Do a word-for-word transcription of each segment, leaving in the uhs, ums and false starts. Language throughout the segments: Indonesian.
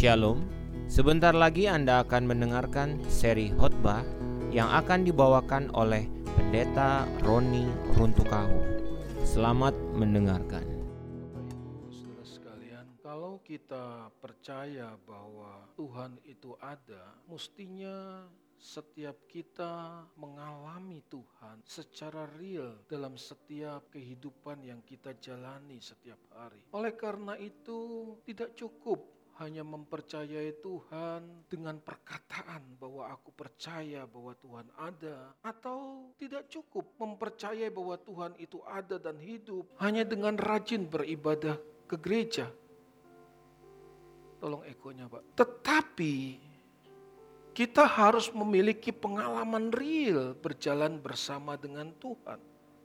Shalom, sebentar lagi Anda akan mendengarkan seri khotbah yang akan dibawakan oleh Pendeta Roni Runtukahu. Selamat mendengarkan. Bapak Ibu Saudara sekalian, kalau kita percaya bahwa Tuhan itu ada, mestinya setiap kita mengalami Tuhan secara real dalam setiap kehidupan yang kita jalani setiap hari. Oleh karena itu, tidak cukup hanya mempercayai Tuhan dengan perkataan bahwa aku percaya bahwa Tuhan ada. Atau tidak cukup mempercayai bahwa Tuhan itu ada dan hidup hanya dengan rajin beribadah ke gereja. Tolong ekonya Pak. Tetapi kita harus memiliki pengalaman real berjalan bersama dengan Tuhan.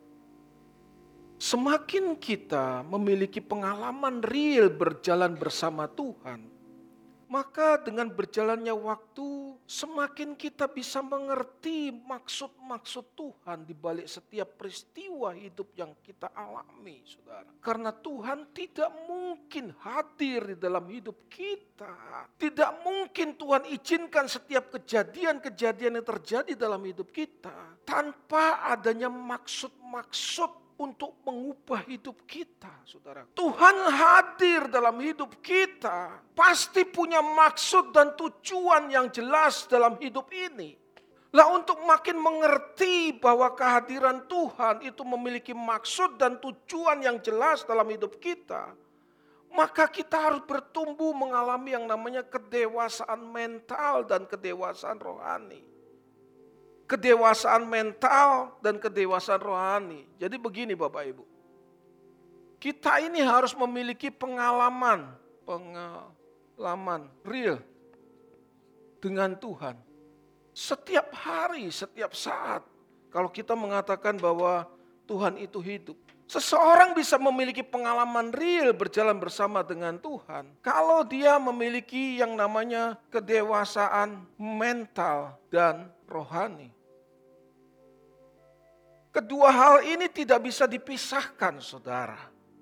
Semakin kita memiliki pengalaman real berjalan bersama Tuhan, maka dengan berjalannya waktu, semakin kita bisa mengerti maksud-maksud Tuhan di balik setiap peristiwa hidup yang kita alami, saudara. Karena Tuhan tidak mungkin hadir di dalam hidup kita. Tidak mungkin Tuhan izinkan setiap kejadian-kejadian yang terjadi dalam hidup kita tanpa adanya maksud-maksud untuk mengubah hidup kita, saudara. Tuhan hadir dalam hidup kita, pasti punya maksud dan tujuan yang jelas dalam hidup ini. Lah untuk makin mengerti bahwa kehadiran Tuhan itu memiliki maksud dan tujuan yang jelas dalam hidup kita, maka kita harus bertumbuh mengalami yang namanya kedewasaan mental dan kedewasaan rohani. Kedewasaan mental dan kedewasaan rohani. Jadi begini Bapak Ibu. Kita ini harus memiliki pengalaman. Pengalaman real dengan Tuhan. Setiap hari, setiap saat. Kalau kita mengatakan bahwa Tuhan itu hidup. Seseorang bisa memiliki pengalaman real berjalan bersama dengan Tuhan. Kalau dia memiliki yang namanya kedewasaan mental dan rohani. Kedua hal ini tidak bisa dipisahkan, saudara.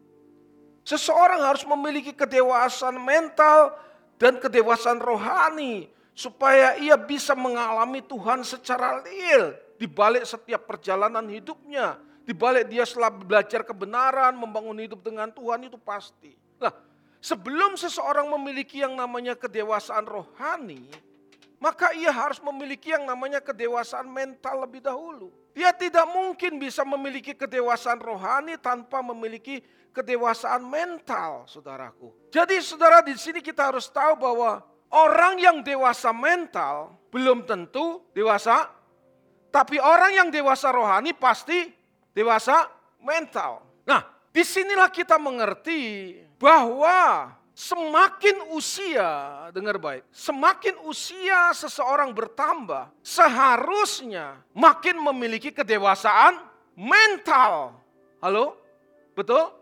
Seseorang harus memiliki kedewasaan mental dan kedewasaan rohani supaya ia bisa mengalami Tuhan secara real di balik setiap perjalanan hidupnya, di balik dia setelah belajar kebenaran, membangun hidup dengan Tuhan itu pasti. Nah, sebelum seseorang memiliki yang namanya kedewasaan rohani, maka ia harus memiliki yang namanya kedewasaan mental lebih dahulu. Dia tidak mungkin bisa memiliki kedewasaan rohani tanpa memiliki kedewasaan mental, saudaraku. Jadi saudara, di sini kita harus tahu bahwa orang yang dewasa mental belum tentu dewasa, tapi orang yang dewasa rohani pasti dewasa mental. Nah, disinilah kita mengerti bahwa semakin usia, dengar baik, semakin usia seseorang bertambah, seharusnya makin memiliki kedewasaan mental. Halo? Betul?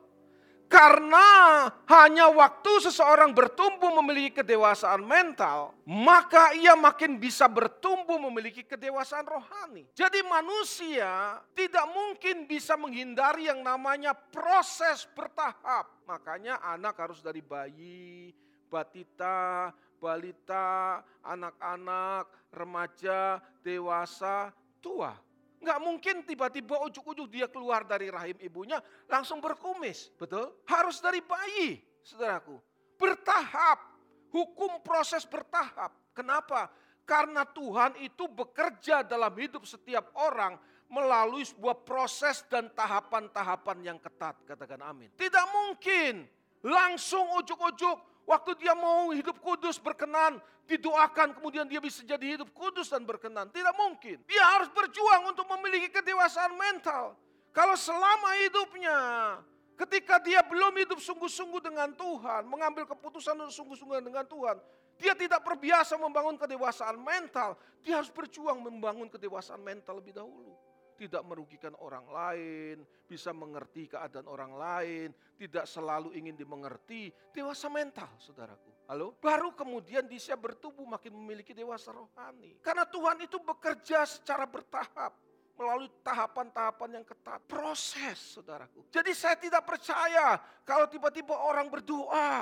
Karena hanya waktu seseorang bertumbuh memiliki kedewasaan mental, maka ia makin bisa bertumbuh memiliki kedewasaan rohani. Jadi manusia tidak mungkin bisa menghindari yang namanya proses bertahap. Makanya anak harus dari bayi, batita, balita, anak-anak, remaja, dewasa, tua. Nggak mungkin tiba-tiba ujuk-ujuk dia keluar dari rahim ibunya langsung berkumis, betul? Harus dari bayi, saudaraku. Bertahap, hukum proses bertahap. Kenapa? Karena Tuhan itu bekerja dalam hidup setiap orang melalui sebuah proses dan tahapan-tahapan yang ketat, katakan amin. Tidak mungkin langsung ujuk-ujuk waktu dia mau hidup kudus berkenan, didoakan kemudian dia bisa jadi hidup kudus dan berkenan. Tidak mungkin. Dia harus berjuang untuk memiliki kedewasaan mental. Kalau selama hidupnya, ketika dia belum hidup sungguh-sungguh dengan Tuhan, mengambil keputusan untuk sungguh-sungguh dengan Tuhan, dia tidak terbiasa membangun kedewasaan mental. Dia harus berjuang membangun kedewasaan mental lebih dahulu. Tidak merugikan orang lain, bisa mengerti keadaan orang lain, tidak selalu ingin dimengerti, dewasa mental, saudaraku. Halo? Baru kemudian dia bertumbuh makin memiliki dewasa rohani. Karena Tuhan itu bekerja secara bertahap, melalui tahapan-tahapan yang ketat. Proses, saudaraku. Jadi saya tidak percaya kalau tiba-tiba orang berdoa,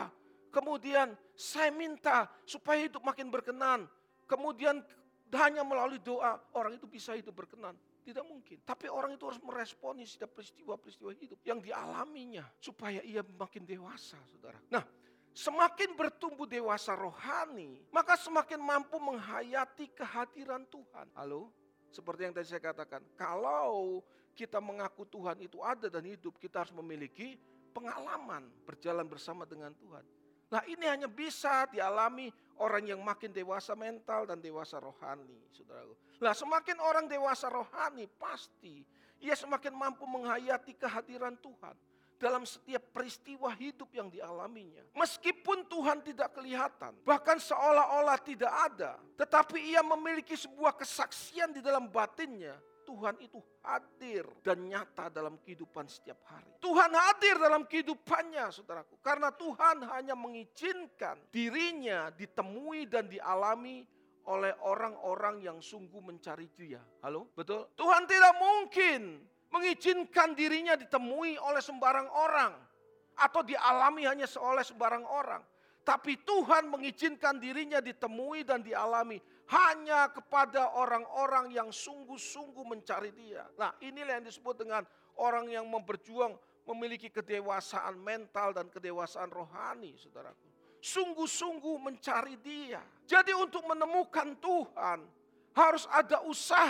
Kemudian saya minta supaya hidup makin berkenan. Kemudian hanya melalui doa orang itu bisa hidup berkenan. Tidak mungkin. Tapi orang itu harus meresponi setiap peristiwa-peristiwa hidup yang dialaminya. Supaya ia makin dewasa, saudara. Nah, semakin bertumbuh dewasa rohani, maka semakin mampu menghayati kehadiran Tuhan. Halo? Seperti yang tadi saya katakan. Kalau kita mengaku Tuhan itu ada dan hidup, kita harus memiliki pengalaman berjalan bersama dengan Tuhan. Nah, ini hanya bisa dialami orang yang makin dewasa mental dan dewasa rohani, saudaraku. Nah, semakin orang dewasa rohani, pasti ia semakin mampu menghayati kehadiran Tuhan dalam setiap peristiwa hidup yang dialaminya. Meskipun Tuhan tidak kelihatan, bahkan seolah-olah tidak ada, tetapi ia memiliki sebuah kesaksian di dalam batinnya. Tuhan itu hadir dan nyata dalam kehidupan setiap hari. Tuhan hadir dalam kehidupannya, saudaraku. Karena Tuhan hanya mengizinkan dirinya ditemui dan dialami oleh orang-orang yang sungguh mencari Dia. Halo? Betul? Tuhan tidak mungkin mengizinkan dirinya ditemui oleh sembarang orang. Atau dialami hanya oleh sembarang orang. Tapi Tuhan mengizinkan dirinya ditemui dan dialami hanya kepada orang-orang yang sungguh-sungguh mencari Dia. Nah, inilah yang disebut dengan orang yang berjuang memiliki kedewasaan mental dan kedewasaan rohani, saudaraku. Sungguh-sungguh mencari Dia. Jadi untuk menemukan Tuhan harus ada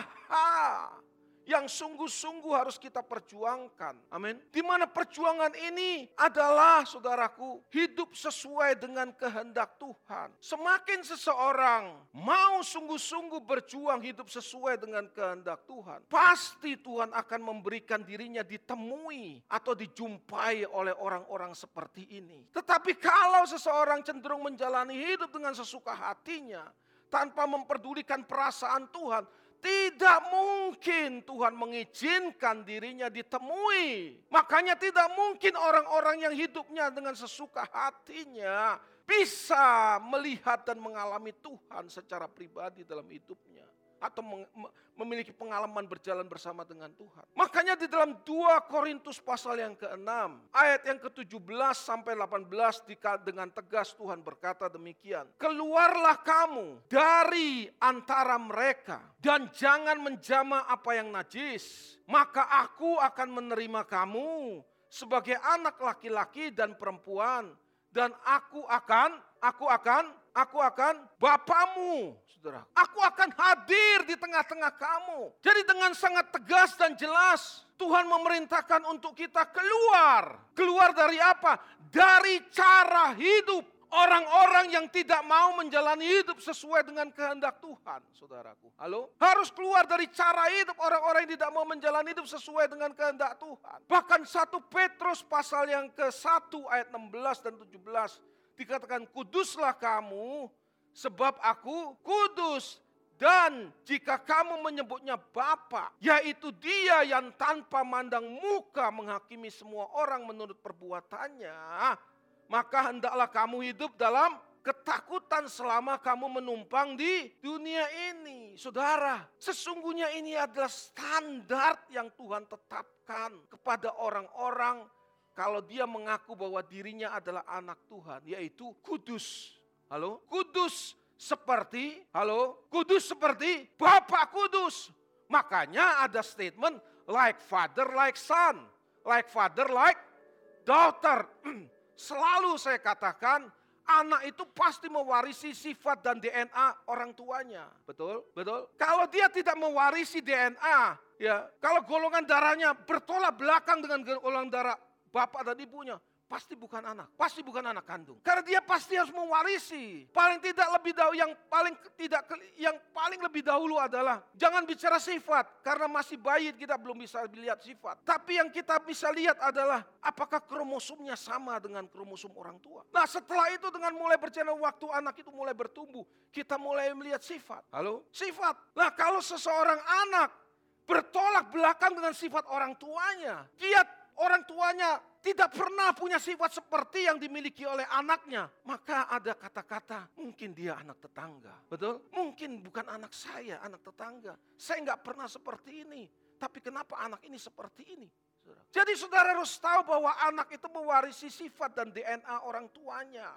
usaha yang sungguh-sungguh harus kita perjuangkan. Amin. Di mana perjuangan ini adalah, saudaraku, hidup sesuai dengan kehendak Tuhan. Semakin seseorang mau sungguh-sungguh berjuang hidup sesuai dengan kehendak Tuhan, pasti Tuhan akan memberikan dirinya ditemui atau dijumpai oleh orang-orang seperti ini. Tetapi kalau seseorang cenderung menjalani hidup dengan sesuka hatinya, tanpa memperdulikan perasaan Tuhan, tidak mungkin Tuhan mengizinkan dirinya ditemui. Makanya tidak mungkin orang-orang yang hidupnya dengan sesuka hatinya bisa melihat dan mengalami Tuhan secara pribadi dalam hidupnya. Atau memiliki pengalaman berjalan bersama dengan Tuhan. Makanya di dalam dua Korintus pasal yang keenam, ayat yang ketujuh belas sampai delapan belas dengan tegas Tuhan berkata demikian. Keluarlah kamu dari antara mereka dan jangan menjamah apa yang najis. Maka aku akan menerima kamu sebagai anak laki-laki dan perempuan. Dan aku akan, aku akan, aku akan Bapamu, saudara. Aku akan hadir di tengah-tengah kamu. Jadi dengan sangat tegas dan jelas, Tuhan memerintahkan untuk kita keluar. Keluar dari apa? Dari cara hidup orang-orang yang tidak mau menjalani hidup sesuai dengan kehendak Tuhan, saudaraku. Halo? Harus keluar dari cara hidup orang-orang yang tidak mau menjalani hidup sesuai dengan kehendak Tuhan. Bahkan satu Petrus pasal yang ke satu ayat enam belas dan tujuh belas dikatakan, kuduslah kamu sebab aku kudus. Dan jika kamu menyebutnya Bapa, yaitu Dia yang tanpa mandang muka menghakimi semua orang menurut perbuatannya, maka hendaklah kamu hidup dalam ketakutan selama kamu menumpang di dunia ini. Saudara, sesungguhnya ini adalah standar yang Tuhan tetapkan kepada orang-orang kalau dia mengaku bahwa dirinya adalah anak Tuhan, yaitu kudus. Halo? Kudus seperti, halo? Kudus seperti Bapa kudus. Makanya ada statement like father, like son. Like father, like daughter. Selalu saya katakan, anak itu pasti mewarisi sifat dan D N A orang tuanya. Betul? Betul? Kalau dia tidak mewarisi D N A, ya, kalau golongan darahnya bertolak belakang dengan golongan darah bapak dan ibunya, pasti bukan anak, pasti bukan anak kandung. Karena dia pasti harus mewarisi. Paling tidak lebih dahulu, yang paling tidak yang paling lebih dahulu adalah jangan bicara sifat, karena masih bayi kita belum bisa lihat sifat. Tapi yang kita bisa lihat adalah apakah kromosomnya sama dengan kromosom orang tua. Nah, setelah itu dengan mulai berjalan waktu anak itu mulai bertumbuh, kita mulai melihat sifat. Halo? Sifat. Nah, kalau seseorang anak bertolak belakang dengan sifat orang tuanya, dia orang tuanya tidak pernah punya sifat seperti yang dimiliki oleh anaknya, maka ada kata-kata, mungkin dia anak tetangga. Betul? Mungkin bukan anak saya, anak tetangga. Saya nggak pernah seperti ini. Tapi kenapa anak ini seperti ini? Jadi saudara harus tahu bahwa anak itu mewarisi sifat dan D N A orang tuanya.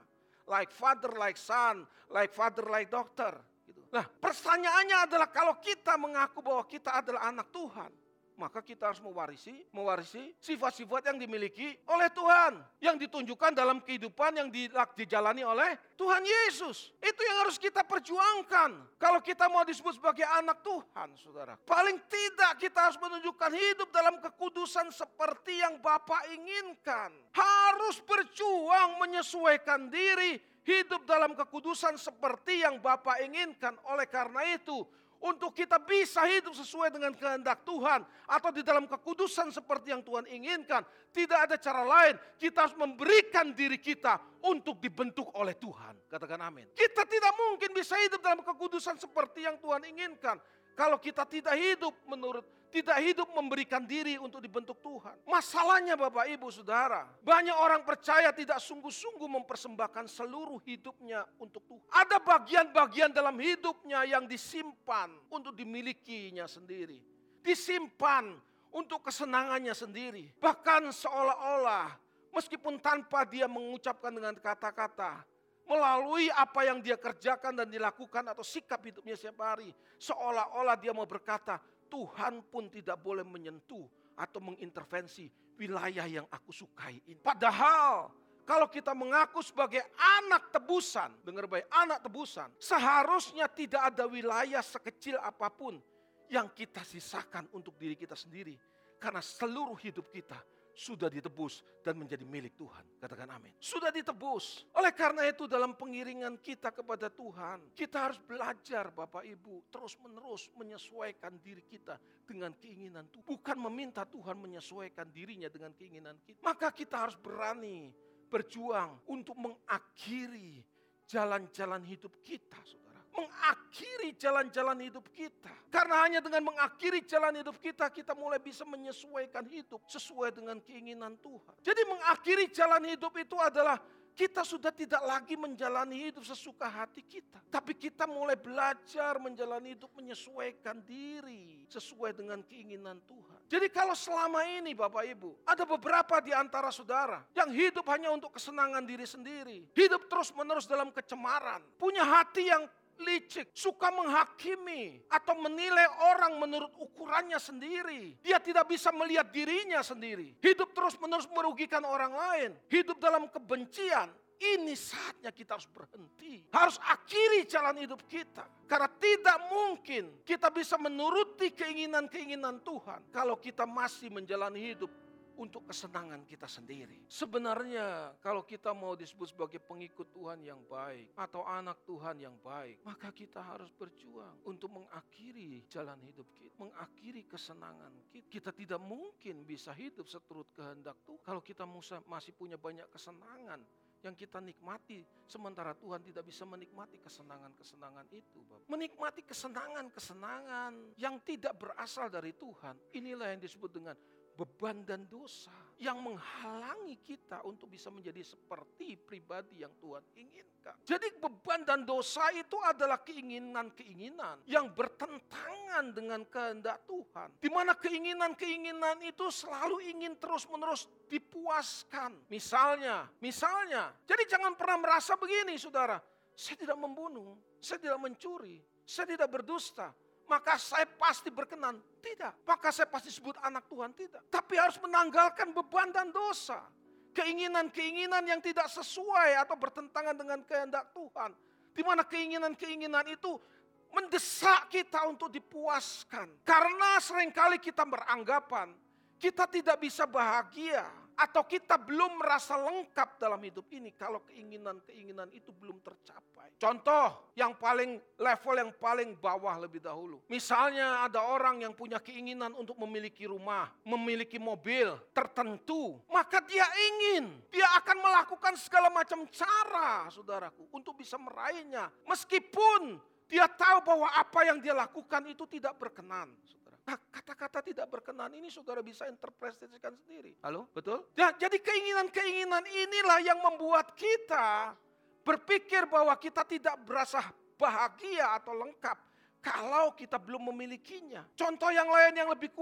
like father, like son, like father, like doctor. Gitu. Nah, pertanyaannya adalah kalau kita mengaku bahwa kita adalah anak Tuhan, maka kita harus mewarisi, mewarisi sifat-sifat yang dimiliki oleh Tuhan, yang ditunjukkan dalam kehidupan yang dijalani oleh Tuhan Yesus. Itu yang harus kita perjuangkan. Kalau kita mau disebut sebagai anak Tuhan, saudara, paling tidak kita harus menunjukkan hidup dalam kekudusan seperti yang Bapa inginkan. Harus berjuang menyesuaikan diri, hidup dalam kekudusan seperti yang Bapa inginkan. Oleh karena itu, untuk kita bisa hidup sesuai dengan kehendak Tuhan atau di dalam kekudusan seperti yang Tuhan inginkan, tidak ada cara lain. Kita harus memberikan diri kita untuk dibentuk oleh Tuhan. Katakan amin. Kita tidak mungkin bisa hidup dalam kekudusan seperti yang Tuhan inginkan kalau kita tidak hidup menurut tidak hidup memberikan diri untuk dibentuk Tuhan. Masalahnya Bapak Ibu Saudara, banyak orang percaya tidak sungguh-sungguh mempersembahkan seluruh hidupnya untuk Tuhan. Ada bagian-bagian dalam hidupnya yang disimpan untuk dimilikinya sendiri. Disimpan untuk kesenangannya sendiri. Bahkan seolah-olah meskipun tanpa dia mengucapkan dengan kata-kata, melalui apa yang dia kerjakan dan dilakukan atau sikap hidupnya setiap hari, seolah-olah dia mau berkata, Tuhan pun tidak boleh menyentuh atau mengintervensi wilayah yang aku sukai ini. Padahal kalau kita mengaku sebagai anak tebusan, dengar baik, anak tebusan, seharusnya tidak ada wilayah sekecil apapun yang kita sisakan untuk diri kita sendiri. Karena seluruh hidup kita sudah ditebus dan menjadi milik Tuhan. Katakan amin. Sudah ditebus. Oleh karena itu dalam pengiringan kita kepada Tuhan, kita harus belajar Bapak Ibu terus menerus menyesuaikan diri kita dengan keinginan Tuhan. Bukan meminta Tuhan menyesuaikan dirinya dengan keinginan kita. Maka kita harus berani berjuang untuk mengakhiri jalan-jalan hidup kita, saudara. Mengakhiri jalan-jalan hidup kita. Karena hanya dengan mengakhiri jalan hidup kita, kita mulai bisa menyesuaikan hidup sesuai dengan keinginan Tuhan. Jadi mengakhiri jalan hidup itu adalah kita sudah tidak lagi menjalani hidup sesuka hati kita. Tapi kita mulai belajar menjalani hidup menyesuaikan diri sesuai dengan keinginan Tuhan. Jadi kalau selama ini Bapak Ibu, ada beberapa di antara saudara yang hidup hanya untuk kesenangan diri sendiri. Hidup terus menerus dalam kecemaran. Punya hati yang licik, suka menghakimi atau menilai orang menurut ukurannya sendiri. Dia tidak bisa melihat dirinya sendiri. Hidup terus menerus merugikan orang lain. Hidup dalam kebencian. Ini saatnya kita harus berhenti. Harus akhiri jalan hidup kita. Karena tidak mungkin kita bisa menuruti keinginan-keinginan Tuhan kalau kita masih menjalani hidup untuk kesenangan kita sendiri. Sebenarnya kalau kita mau disebut sebagai pengikut Tuhan yang baik atau anak Tuhan yang baik, maka kita harus berjuang untuk mengakhiri jalan hidup kita, mengakhiri kesenangan kita. Kita tidak mungkin bisa hidup seturut kehendak Tuhan kalau kita masih punya banyak kesenangan yang kita nikmati, sementara Tuhan tidak bisa menikmati kesenangan-kesenangan itu. Bapak. Menikmati kesenangan-kesenangan yang tidak berasal dari Tuhan, inilah yang disebut dengan beban dan dosa yang menghalangi kita untuk bisa menjadi seperti pribadi yang Tuhan inginkan. Jadi beban dan dosa itu adalah keinginan-keinginan yang bertentangan dengan kehendak Tuhan. Di mana keinginan-keinginan itu selalu ingin terus-menerus dipuaskan. Misalnya, misalnya, jadi jangan pernah merasa begini saudara, saya tidak membunuh, saya tidak mencuri, saya tidak berdusta, maka saya pasti berkenan. Tidak. Maka saya pasti disebut anak Tuhan. Tidak. Tapi harus menanggalkan beban dan dosa. Keinginan-keinginan yang tidak sesuai atau bertentangan dengan kehendak Tuhan. Di mana keinginan-keinginan itu mendesak kita untuk dipuaskan. Karena seringkali kita beranggapan kita tidak bisa bahagia atau kita belum merasa lengkap dalam hidup ini kalau keinginan-keinginan itu belum tercapai. Contoh yang paling level yang paling bawah lebih dahulu. Misalnya ada orang yang punya keinginan untuk memiliki rumah, memiliki mobil tertentu, maka dia ingin, dia akan melakukan segala macam cara, saudaraku, untuk bisa meraihnya. Meskipun dia tahu bahwa apa yang dia lakukan itu tidak berkenan. Nah, kata-kata tidak berkenan ini saudara bisa interpretasikan sendiri. Halo, betul? Ya, jadi keinginan-keinginan inilah yang membuat kita berpikir bahwa kita tidak berasa bahagia atau lengkap kalau kita belum memilikinya. Contoh yang lain yang lebih kuat,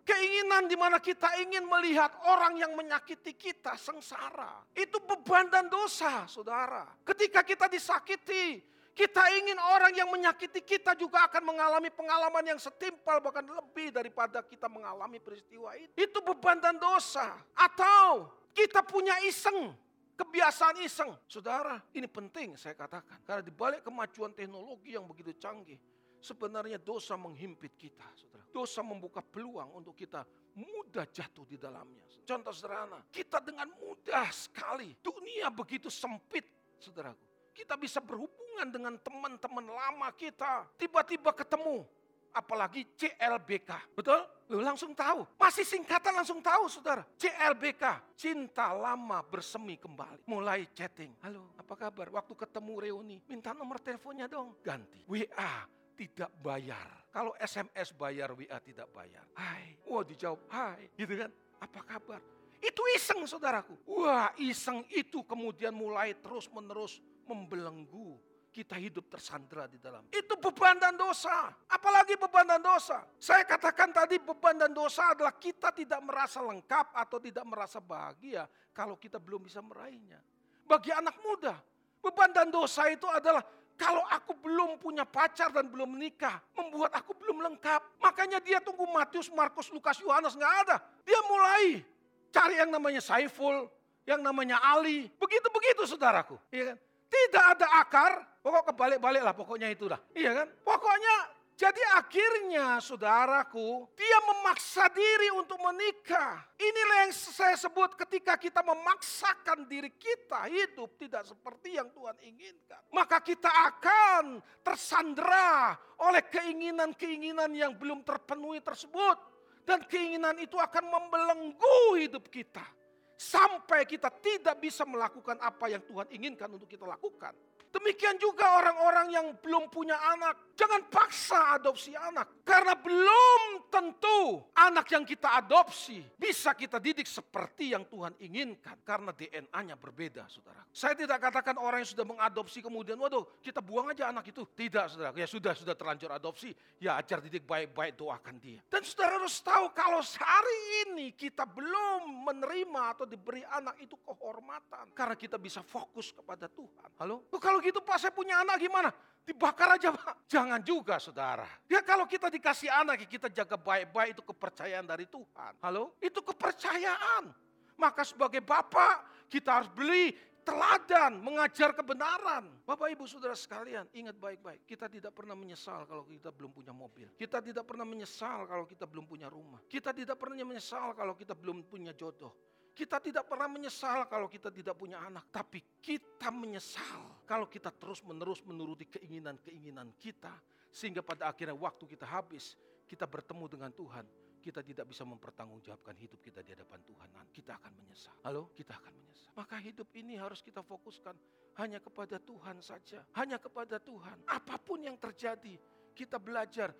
Keinginan di mana kita ingin melihat orang yang menyakiti kita sengsara. Itu beban dan dosa, saudara. Ketika kita disakiti, kita ingin orang yang menyakiti kita juga akan mengalami pengalaman yang setimpal, bahkan lebih daripada kita mengalami peristiwa itu. Itu beban dan dosa. Atau kita punya iseng, kebiasaan iseng. Saudara, ini penting saya katakan. Karena di balik kemajuan teknologi yang begitu canggih, sebenarnya dosa menghimpit kita, saudara. Dosa membuka peluang untuk kita mudah jatuh di dalamnya. Contoh sederhana, kita dengan mudah sekali, dunia begitu sempit, saudaraku. Kita bisa berhubungan dengan teman-teman lama kita. Tiba-tiba ketemu. Apalagi C L B K. Betul? Lu langsung tahu. Masih singkatan langsung tahu, saudara. C L B K. Cinta lama bersemi kembali. Mulai chatting. Halo, apa kabar? Waktu ketemu reuni. Minta nomor teleponnya dong. Ganti. W A tidak bayar. Kalau S M S bayar, W A tidak bayar. Hai. Wah, dijawab hai. Gitu kan? Apa kabar? Itu iseng, saudaraku. Wah, iseng itu kemudian mulai terus-menerus membelenggu, kita hidup tersandra di dalam. Itu beban dan dosa. Apalagi beban dan dosa. Saya katakan tadi beban dan dosa adalah kita tidak merasa lengkap atau tidak merasa bahagia kalau kita belum bisa meraihnya. Bagi anak muda, beban dan dosa itu adalah kalau aku belum punya pacar dan belum menikah, membuat aku belum lengkap. Makanya dia tunggu Matius, Markus, Lukas, Yohanes, nggak ada. Dia mulai cari yang namanya Saiful, yang namanya Ali. Begitu-begitu, saudaraku. Iya kan? Tidak ada akar, pokok kebalik-balik lah pokoknya itu dah. Iya kan? Pokoknya jadi akhirnya saudaraku, dia memaksa diri untuk menikah. Inilah yang saya sebut ketika kita memaksakan diri kita hidup tidak seperti yang Tuhan inginkan. Maka kita akan tersandera oleh keinginan-keinginan yang belum terpenuhi tersebut. Dan keinginan itu akan membelenggu hidup kita. Sampai kita tidak bisa melakukan apa yang Tuhan inginkan untuk kita lakukan. Demikian juga orang-orang yang belum punya anak. Jangan paksa adopsi anak. Karena belum tentu anak yang kita adopsi bisa kita didik seperti yang Tuhan inginkan. Karena D N A-nya berbeda, saudara. Saya tidak katakan orang yang sudah mengadopsi kemudian, waduh kita buang aja anak itu. Tidak, saudara. Ya sudah, sudah terlanjur adopsi. Ya ajar didik baik-baik, doakan dia. Dan saudara harus tahu kalau hari ini kita belum menerima atau diberi anak itu kehormatan. Karena kita bisa fokus kepada Tuhan. Halo? Kalau gitu Pak saya punya anak gimana? Dibakar aja Pak. Jangan juga saudara. Ya kalau kita dikasih anak kita jaga baik-baik, itu kepercayaan dari Tuhan. Halo? Itu kepercayaan. Maka sebagai bapak kita harus beli teladan, mengajar kebenaran. Bapak ibu saudara sekalian, ingat baik-baik. Kita tidak pernah menyesal kalau kita belum punya mobil. Kita tidak pernah menyesal kalau kita belum punya rumah. Kita tidak pernah menyesal kalau kita belum punya jodoh. Kita tidak pernah menyesal kalau kita tidak punya anak. Tapi kita menyesal kalau kita terus-menerus menuruti keinginan-keinginan kita. Sehingga pada akhirnya waktu kita habis, kita bertemu dengan Tuhan. Kita tidak bisa mempertanggungjawabkan hidup kita di hadapan Tuhan. Kita akan menyesal. Halo? Kita akan menyesal. Maka hidup ini harus kita fokuskan hanya kepada Tuhan saja. Hanya kepada Tuhan. Apapun yang terjadi, kita belajar.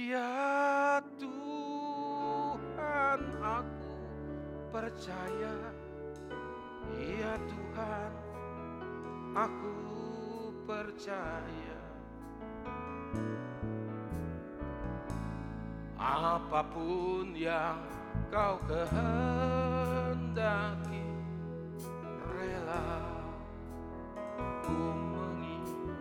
Ya Tuhan, aku percaya, ya Tuhan, aku percaya. Apapun yang kau kehendaki, rela ku mengikut.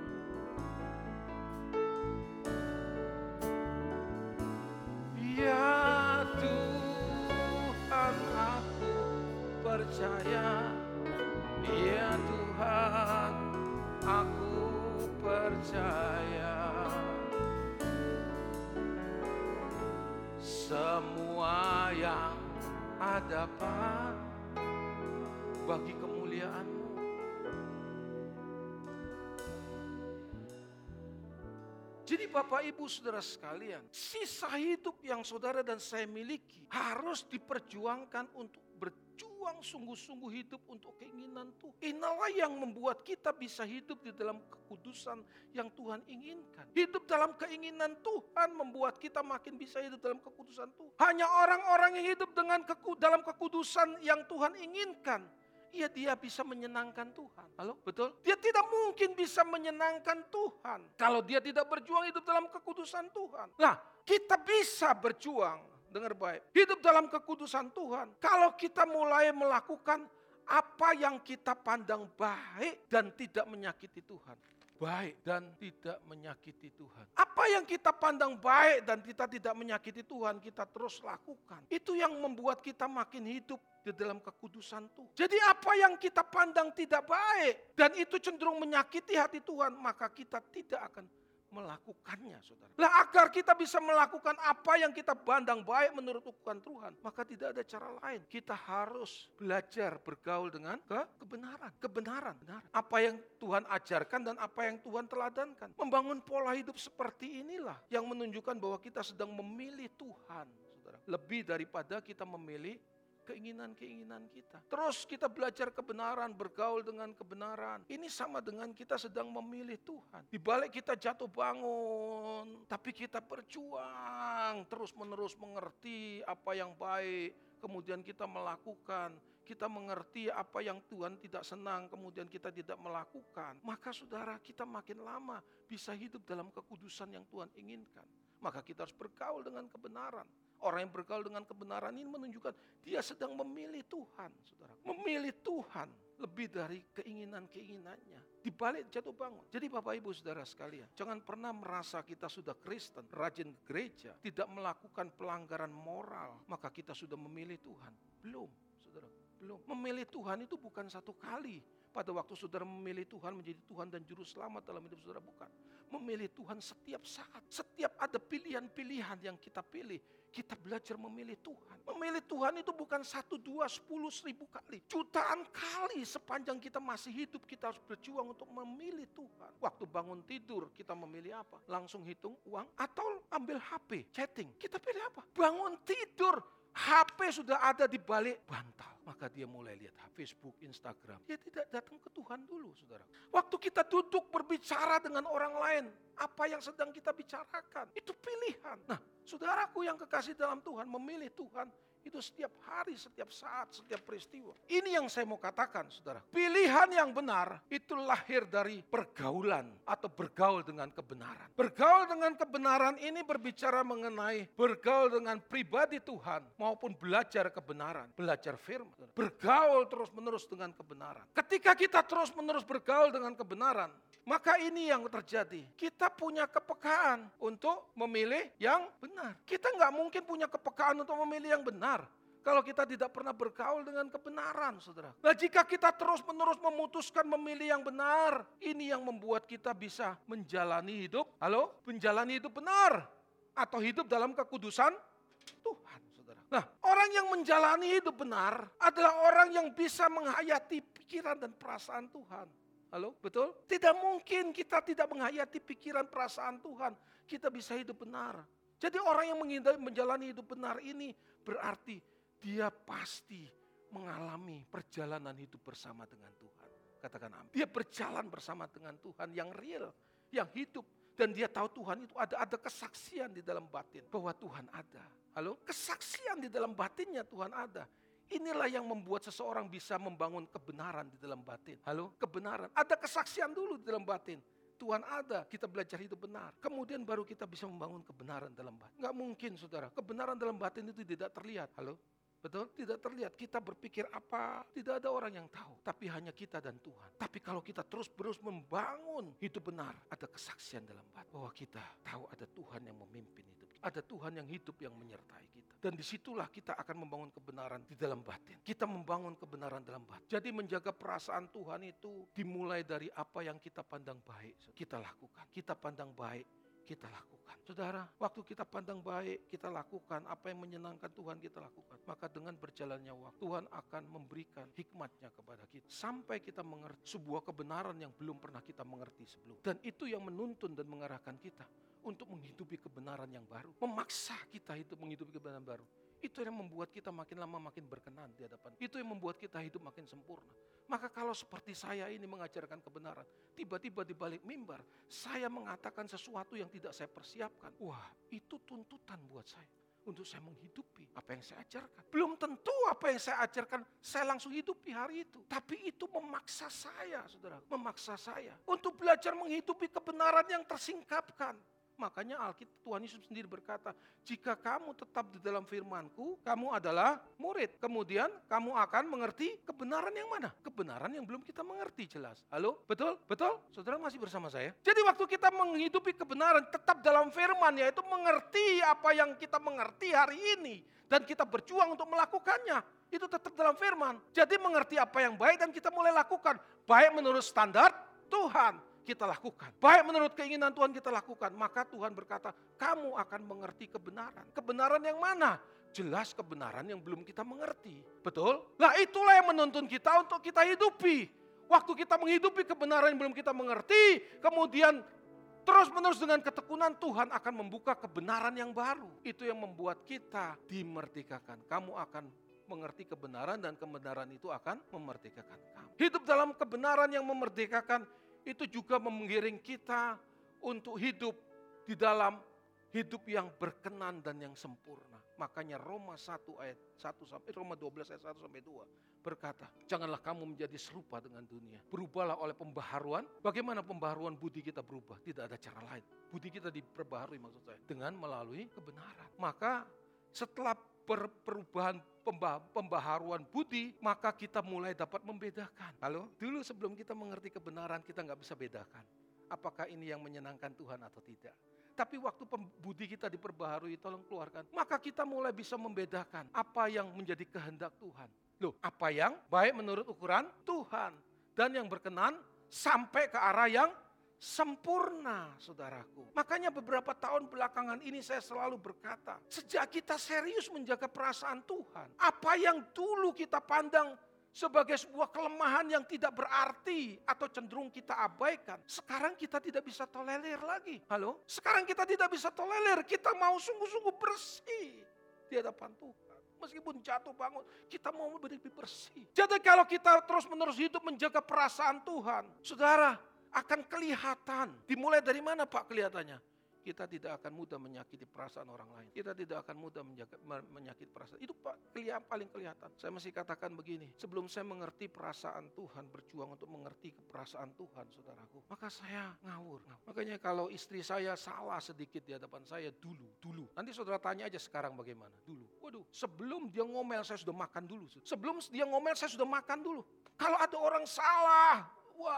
Ya Tuhan, aku percaya, ya Tuhan, aku percaya. Semua yang ada Pak bagi kemuliaan-Mu. Jadi Bapak Ibu Saudara sekalian, sisa hidup yang saudara dan saya miliki harus diperjuangkan untuk berjuang sungguh-sungguh hidup untuk keinginan Tuhan. Inilah yang membuat kita bisa hidup di dalam kekudusan yang Tuhan inginkan. Hidup dalam keinginan Tuhan membuat kita makin bisa hidup dalam kekudusan Tuhan. Hanya orang-orang yang hidup dengan keku, dalam kekudusan yang Tuhan inginkan, ya dia bisa menyenangkan Tuhan. Halo, betul? Dia tidak mungkin bisa menyenangkan Tuhan kalau dia tidak berjuang hidup dalam kekudusan Tuhan. Nah, kita bisa berjuang dengar baik. Hidup dalam kekudusan Tuhan. Kalau kita mulai melakukan apa yang kita pandang baik dan tidak menyakiti Tuhan. Baik dan tidak menyakiti Tuhan. Apa yang kita pandang baik dan kita tidak menyakiti Tuhan, kita terus lakukan. Itu yang membuat kita makin hidup di dalam kekudusan Tuhan. Jadi apa yang kita pandang tidak baik dan itu cenderung menyakiti hati Tuhan, maka kita tidak akan melakukannya, saudara. Lah agar kita bisa melakukan apa yang kita pandang baik menurut ukuran Tuhan, maka tidak ada cara lain. Kita harus belajar bergaul dengan ke kebenaran, kebenaran, benar. Apa yang Tuhan ajarkan dan apa yang Tuhan teladankan. Membangun pola hidup seperti inilah yang menunjukkan bahwa kita sedang memilih Tuhan, saudara. Lebih daripada kita memilih keinginan-keinginan kita. Terus kita belajar kebenaran, bergaul dengan kebenaran. Ini sama dengan kita sedang memilih Tuhan. Di balik kita jatuh bangun, tapi kita berjuang, terus-menerus mengerti apa yang baik, kemudian kita melakukan. Kita mengerti apa yang Tuhan tidak senang, kemudian kita tidak melakukan. Maka saudara, kita makin lama bisa hidup dalam kekudusan yang Tuhan inginkan. Maka kita harus bergaul dengan kebenaran. Orang yang bergaul dengan kebenaran ini menunjukkan dia sedang memilih Tuhan, saudara. Memilih Tuhan lebih dari keinginan-keinginannya. Di balik jatuh bangun. Jadi Bapak Ibu Saudara sekalian, jangan pernah merasa kita sudah Kristen, rajin ke gereja, tidak melakukan pelanggaran moral, maka kita sudah memilih Tuhan. Belum, saudara, belum. Memilih Tuhan itu bukan satu kali. Pada waktu saudara memilih Tuhan menjadi Tuhan dan Juru Selamat dalam hidup saudara, bukan. Memilih Tuhan setiap saat. Setiap ada pilihan-pilihan yang kita pilih, kita belajar memilih Tuhan. Memilih Tuhan itu bukan satu, dua, sepuluh, seribu kali. Jutaan kali sepanjang kita masih hidup, kita harus berjuang untuk memilih Tuhan. Waktu bangun tidur, kita memilih apa? Langsung hitung uang atau ambil H P, chatting. Kita pilih apa? Bangun tidur, H P sudah ada di balik bantal. Maka dia mulai lihat Facebook, Instagram. Dia tidak datang ke Tuhan dulu, saudara. Waktu kita duduk berbicara dengan orang lain, apa yang sedang kita bicarakan, itu pilihan. Nah, saudaraku yang kekasih dalam Tuhan, memilih Tuhan itu setiap hari, setiap saat, setiap peristiwa. Ini yang saya mau katakan, saudara. Pilihan yang benar itu lahir dari pergaulan atau bergaul dengan kebenaran. Bergaul dengan kebenaran ini berbicara mengenai bergaul dengan pribadi Tuhan maupun belajar kebenaran, belajar firman. Bergaul terus-menerus dengan kebenaran. Ketika kita terus-menerus bergaul dengan kebenaran, maka ini yang terjadi. Kita punya kepekaan untuk memilih yang benar. Kita nggak mungkin punya kepekaan untuk memilih yang benar kalau kita tidak pernah bergaul dengan kebenaran, saudara. Nah, jika kita terus-menerus memutuskan memilih yang benar, ini yang membuat kita bisa menjalani hidup, halo, menjalani hidup benar atau hidup dalam kekudusan Tuhan, saudara. Nah, orang yang menjalani hidup benar adalah orang yang bisa menghayati pikiran dan perasaan Tuhan. Halo, betul? Tidak mungkin kita tidak menghayati pikiran perasaan Tuhan, kita bisa hidup benar. Jadi orang yang menjalani hidup benar ini berarti dia pasti mengalami perjalanan hidup bersama dengan Tuhan. Katakan amin. Dia berjalan bersama dengan Tuhan yang real, yang hidup. Dan dia tahu Tuhan itu ada, ada kesaksian di dalam batin bahwa Tuhan ada. Halo, kesaksian di dalam batinnya Tuhan ada. Inilah yang membuat seseorang bisa membangun kebenaran di dalam batin. Halo, kebenaran. Ada kesaksian dulu di dalam batin. Tuhan ada, kita belajar hidup benar. Kemudian baru kita bisa membangun kebenaran dalam batin. Enggak mungkin, saudara. Kebenaran dalam batin itu tidak terlihat. Halo, betul? Tidak terlihat. Kita berpikir apa, tidak ada orang yang tahu. Tapi hanya kita dan Tuhan. Tapi kalau kita terus-terus membangun hidup benar, ada kesaksian dalam batin. Bahwa kita tahu ada Tuhan yang memimpin hidup. Ada Tuhan yang hidup yang menyertai kita. Dan disitulah kita akan membangun kebenaran di dalam batin. Kita membangun kebenaran dalam batin. Jadi menjaga perasaan Tuhan itu dimulai dari apa yang kita pandang baik. Kita lakukan. Kita pandang baik, kita lakukan. Saudara, waktu kita pandang baik, kita lakukan. Apa yang menyenangkan Tuhan kita lakukan. Maka dengan berjalannya waktu, Tuhan akan memberikan hikmatnya kepada kita. Sampai kita mengerti sebuah kebenaran yang belum pernah kita mengerti sebelum. Dan itu yang menuntun dan mengarahkan kita untuk menghidupi kebenaran yang baru. Memaksa kita hidup menghidupi kebenaran baru. Itu yang membuat kita makin lama makin berkenan di hadapan. Itu yang membuat kita hidup makin sempurna. Maka kalau seperti saya ini mengajarkan kebenaran, tiba-tiba di balik mimbar, saya mengatakan sesuatu yang tidak saya persiapkan. Wah, itu tuntutan buat saya. Untuk saya menghidupi apa yang saya ajarkan. Belum tentu apa yang saya ajarkan saya langsung hidupi hari itu. Tapi itu memaksa saya, saudara. Memaksa saya untuk belajar menghidupi kebenaran yang tersingkapkan. Makanya Alkitab Tuhan Yesus sendiri berkata, jika kamu tetap di dalam firman-Ku, kamu adalah murid. Kemudian kamu akan mengerti kebenaran yang mana? Kebenaran yang belum kita mengerti jelas. Halo? Betul? Betul? Saudara masih bersama saya? Jadi waktu kita menghidupi kebenaran tetap dalam firman, yaitu mengerti apa yang kita mengerti hari ini. Dan kita berjuang untuk melakukannya. Itu tetap dalam firman. Jadi mengerti apa yang baik dan kita mulai lakukan. Baik menurut standar Tuhan. Kita lakukan. Baik menurut keinginan Tuhan kita lakukan. Maka Tuhan berkata, kamu akan mengerti kebenaran. Kebenaran yang mana? Jelas kebenaran yang belum kita mengerti. Betul? Nah itulah yang menuntun kita untuk kita hidupi. Waktu kita menghidupi kebenaran yang belum kita mengerti, kemudian terus menerus dengan ketekunan, Tuhan akan membuka kebenaran yang baru. Itu yang membuat kita dimerdekakan. Kamu akan mengerti kebenaran dan kebenaran itu akan memerdekakan kamu. Hidup dalam kebenaran yang memerdekakan itu juga mengiring kita untuk hidup di dalam hidup yang berkenan dan yang sempurna. Makanya Roma satu ayat satu sampai Roma dua belas ayat satu sampai dua berkata, janganlah kamu menjadi serupa dengan dunia. Berubahlah oleh pembaharuan. Bagaimana pembaharuan budi kita berubah? Tidak ada cara lain. Budi kita diperbaharui maksud saya dengan melalui kebenaran. Maka setelah perubahan pembaharuan budi, maka kita mulai dapat membedakan. Halo? Dulu sebelum kita mengerti kebenaran, kita nggak bisa bedakan. Apakah ini yang menyenangkan Tuhan atau tidak. Tapi waktu budi kita diperbaharui, tolong keluarkan. Maka kita mulai bisa membedakan apa yang menjadi kehendak Tuhan. Loh, apa yang baik menurut ukuran Tuhan. Dan yang berkenan sampai ke arah yang sempurna, saudaraku. Makanya beberapa tahun belakangan ini saya selalu berkata, sejak kita serius menjaga perasaan Tuhan, apa yang dulu kita pandang sebagai sebuah kelemahan yang tidak berarti atau cenderung kita abaikan, sekarang kita tidak bisa tolerir lagi. Halo? Sekarang kita tidak bisa tolerir, kita mau sungguh-sungguh bersih di hadapan Tuhan. Meskipun jatuh bangun, kita mau lebih bersih. Jadi kalau kita terus-menerus hidup menjaga perasaan Tuhan, saudara, akan kelihatan. Dimulai dari mana Pak kelihatannya? Kita tidak akan mudah menyakiti perasaan orang lain. Kita tidak akan mudah menjaga, menyakiti perasaan. Itu Pak kelihatan, paling kelihatan. Saya masih katakan begini. Sebelum saya mengerti perasaan Tuhan, berjuang untuk mengerti perasaan Tuhan, saudaraku. Maka saya ngawur. Makanya kalau istri saya salah sedikit di hadapan saya dulu. Dulu. Nanti saudara tanya aja sekarang bagaimana. Dulu. Waduh, sebelum dia ngomel saya sudah makan dulu. Sebelum dia ngomel saya sudah makan dulu. Kalau ada orang salah,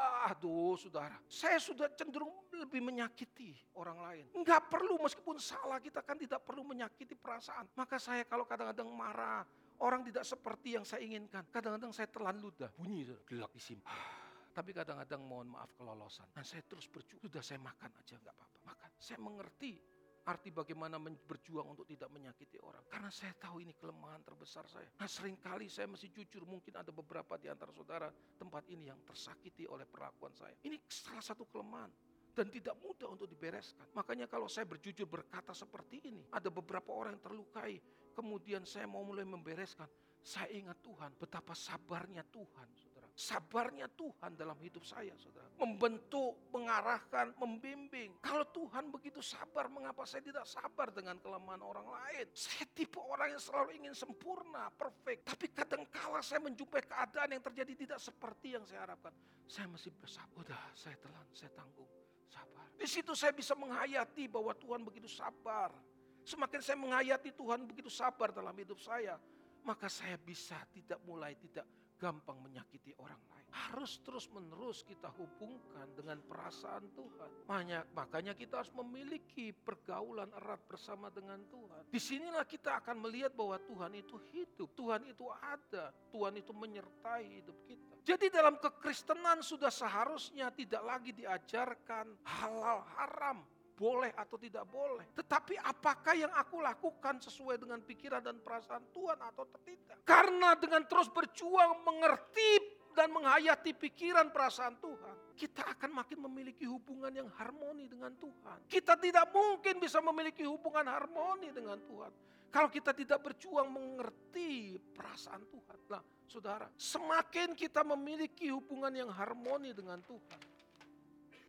waduh saudara, saya sudah cenderung lebih menyakiti orang lain. Enggak perlu, meskipun salah kita kan tidak perlu menyakiti perasaan. Maka saya kalau kadang-kadang marah, orang tidak seperti yang saya inginkan. Kadang-kadang saya telan ludah, bunyi gelak di sini. Tapi kadang-kadang mohon maaf kelolosan. Dan saya terus berjuang, sudah saya makan aja enggak apa-apa. Makan, saya mengerti arti bagaimana berjuang untuk tidak menyakiti orang. Karena saya tahu ini kelemahan terbesar saya. Nah seringkali saya mesti jujur, mungkin ada beberapa di antara saudara tempat ini yang tersakiti oleh perlakuan saya. Ini salah satu kelemahan dan tidak mudah untuk dibereskan. Makanya kalau saya berjujur berkata seperti ini, ada beberapa orang yang terlukai. Kemudian saya mau mulai membereskan. Saya ingat Tuhan, betapa sabarnya Tuhan, saudara. Sabarnya Tuhan dalam hidup saya, saudara. Membentuk, mengarahkan, membimbing. Kalau Tuhan begitu sabar, mengapa saya tidak sabar dengan kelemahan orang lain? Saya tipe orang yang selalu ingin sempurna, perfect. Tapi kadangkala saya menjumpai keadaan yang terjadi tidak seperti yang saya harapkan. Saya mesti bersabar. Udah, saya telan, saya tanggung. Sabar. Di situ saya bisa menghayati bahwa Tuhan begitu sabar. Semakin saya menghayati Tuhan begitu sabar dalam hidup saya, maka saya bisa tidak mulai tidak gampang menyakiti orang lain. Harus terus menerus kita hubungkan dengan perasaan Tuhan. Makanya, makanya kita harus memiliki pergaulan erat bersama dengan Tuhan. Disinilah kita akan melihat bahwa Tuhan itu hidup. Tuhan itu ada. Tuhan itu menyertai hidup kita. Jadi dalam kekristenan sudah seharusnya tidak lagi diajarkan halal haram. Boleh atau tidak boleh. Tetapi apakah yang aku lakukan sesuai dengan pikiran dan perasaan Tuhan atau tidak? Karena dengan terus berjuang mengerti dan menghayati pikiran perasaan Tuhan, kita akan makin memiliki hubungan yang harmoni dengan Tuhan. Kita tidak mungkin bisa memiliki hubungan harmoni dengan Tuhan kalau kita tidak berjuang mengerti perasaan Tuhan. Nah, saudara, semakin kita memiliki hubungan yang harmoni dengan Tuhan,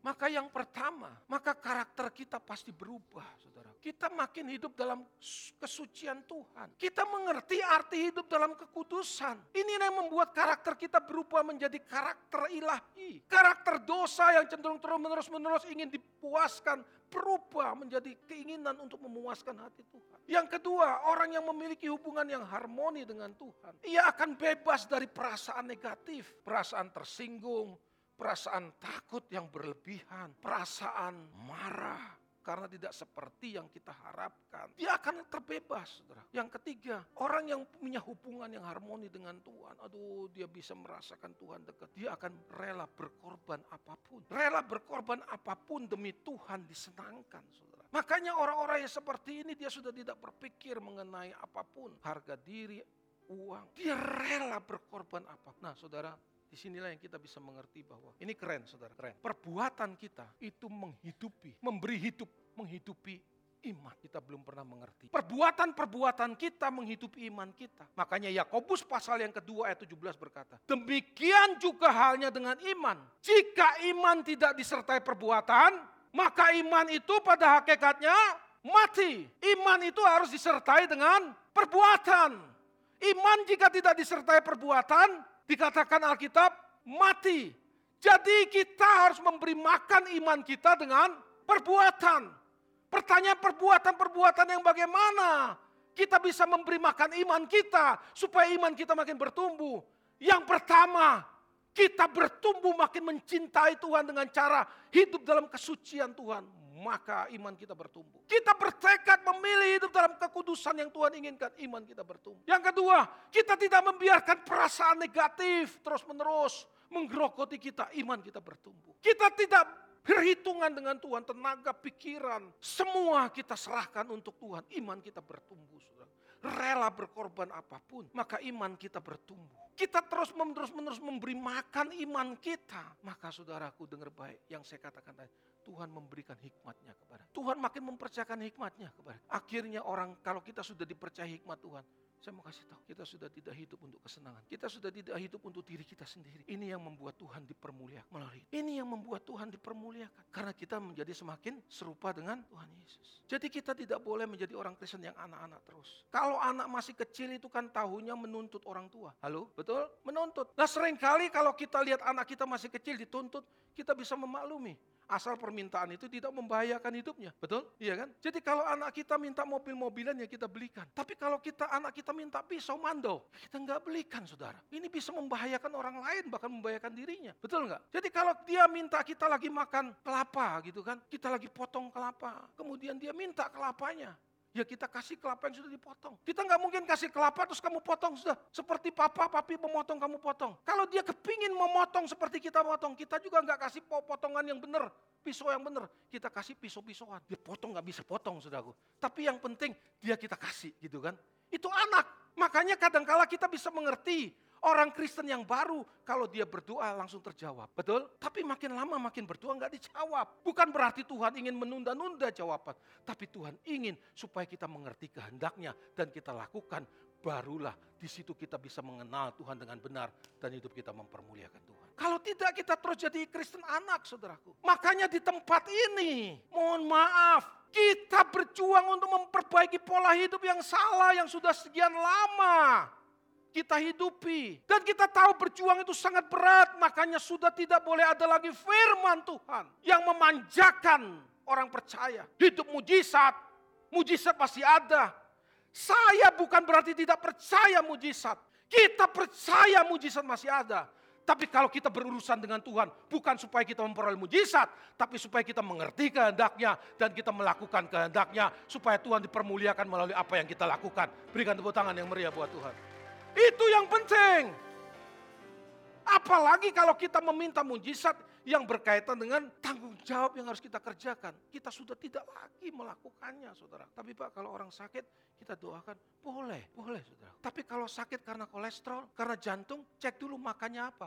Maka yang pertama, maka karakter kita pasti berubah, saudara. Kita makin hidup dalam kesucian Tuhan. Kita mengerti arti hidup dalam kekudusan. Ini yang membuat karakter kita berubah menjadi karakter ilahi. Karakter dosa yang cenderung terus-menerus ingin dipuaskan, berubah menjadi keinginan untuk memuaskan hati Tuhan. Yang kedua, orang yang memiliki hubungan yang harmoni dengan Tuhan, ia akan bebas dari perasaan negatif, perasaan tersinggung, perasaan takut yang berlebihan, perasaan marah karena tidak seperti yang kita harapkan. Dia akan terbebas, saudara. Yang ketiga, orang yang punya hubungan yang harmoni dengan Tuhan, aduh, dia bisa merasakan Tuhan dekat. Dia akan rela berkorban apapun. Rela berkorban apapun demi Tuhan disenangkan, saudara. Makanya orang-orang yang seperti ini dia sudah tidak berpikir mengenai apapun, harga diri, uang. Dia rela berkorban apapun. Nah, saudara, disinilah yang kita bisa mengerti bahwa ini keren, saudara, keren. Perbuatan kita itu menghidupi, memberi hidup, menghidupi iman. Kita belum pernah mengerti. Perbuatan-perbuatan kita menghidupi iman kita. Makanya Yakobus pasal yang kedua ayat tujuh belas berkata, demikian juga halnya dengan iman. Jika iman tidak disertai perbuatan, maka iman itu pada hakikatnya mati. Iman itu harus disertai dengan perbuatan. Iman jika tidak disertai perbuatan, dikatakan Alkitab, mati. Jadi kita harus memberi makan iman kita dengan perbuatan. Pertanyaan perbuatan-perbuatan yang bagaimana kita bisa memberi makan iman kita supaya iman kita makin bertumbuh. Yang pertama, kita bertumbuh makin mencintai Tuhan dengan cara hidup dalam kesucian Tuhan. Maka iman kita bertumbuh. Kita bertekad memilih hidup dalam kekudusan yang Tuhan inginkan. Iman kita bertumbuh. Yang kedua, kita tidak membiarkan perasaan negatif terus-menerus menggerogoti kita. Iman kita bertumbuh. Kita tidak berhitungan dengan Tuhan. Tenaga, pikiran, semua kita serahkan untuk Tuhan. Iman kita bertumbuh, saudara. Rela berkorban apapun, maka iman kita bertumbuh. Kita terus-menerus memberi makan iman kita. Maka saudaraku dengar baik yang saya katakan tadi. Tuhan memberikan hikmatnya kepada. Tuhan makin mempercayakan hikmatnya kepada. Akhirnya orang, kalau kita sudah dipercaya hikmat Tuhan, saya mau kasih tahu, kita sudah tidak hidup untuk kesenangan. Kita sudah tidak hidup untuk diri kita sendiri. Ini yang membuat Tuhan dipermuliakan melalui. Ini yang membuat Tuhan dipermuliakan. Karena kita menjadi semakin serupa dengan Tuhan Yesus. Jadi kita tidak boleh menjadi orang Kristen yang anak-anak terus. Kalau anak masih kecil itu kan tahunya menuntut orang tua. Halo? Betul? Menuntut. Nah seringkali kalau kita lihat anak kita masih kecil dituntut, kita bisa memaklumi. Asal permintaan itu tidak membahayakan hidupnya. Betul? Iya kan? Jadi kalau anak kita minta mobil-mobilan ya kita belikan. Tapi kalau kita anak kita minta pisau mandau, kita nggak belikan, saudara. Ini bisa membahayakan orang lain, bahkan membahayakan dirinya. Betul nggak? Jadi kalau dia minta kita lagi makan kelapa gitu kan, kita lagi potong kelapa, kemudian dia minta kelapanya. Ya kita kasih kelapa yang sudah dipotong. Kita nggak mungkin kasih kelapa terus kamu potong sudah. Seperti papa, papi memotong kamu potong. Kalau dia kepingin memotong seperti kita potong, kita juga nggak kasih potongan yang benar, pisau yang benar. Kita kasih pisau-pisauan. Dia potong nggak bisa potong, saudaraku. Tapi yang penting dia kita kasih gitu kan. Itu anak. Makanya kadangkala kita bisa mengerti. Orang Kristen yang baru, kalau dia berdoa langsung terjawab. Betul? Tapi makin lama makin berdoa nggak dijawab. Bukan berarti Tuhan ingin menunda-nunda jawaban. Tapi Tuhan ingin supaya kita mengerti kehendaknya dan kita lakukan. Barulah di situ kita bisa mengenal Tuhan dengan benar dan hidup kita mempermuliakan Tuhan. Kalau tidak kita terus jadi Kristen anak, saudaraku. Makanya di tempat ini, mohon maaf, kita berjuang untuk memperbaiki pola hidup yang salah yang sudah sekian lama kita hidupi. Dan kita tahu berjuang itu sangat berat. Makanya sudah tidak boleh ada lagi firman Tuhan yang memanjakan orang percaya. Hidup mujizat. Mujizat pasti ada. Saya bukan berarti tidak percaya mujizat. Kita percaya mujizat masih ada. Tapi kalau kita berurusan dengan Tuhan, bukan supaya kita memperoleh mujizat, tapi supaya kita mengerti kehendaknya dan kita melakukan kehendaknya, supaya Tuhan dipermuliakan melalui apa yang kita lakukan. Berikan tepuk tangan yang meriah buat Tuhan. Itu yang penting. Apalagi kalau kita meminta mujizat yang berkaitan dengan tanggung jawab yang harus kita kerjakan. Kita sudah tidak lagi melakukannya, saudara. Tapi Pak, kalau orang sakit, kita doakan. Boleh, boleh, saudara. Tapi kalau sakit karena kolesterol, karena jantung, cek dulu makannya apa.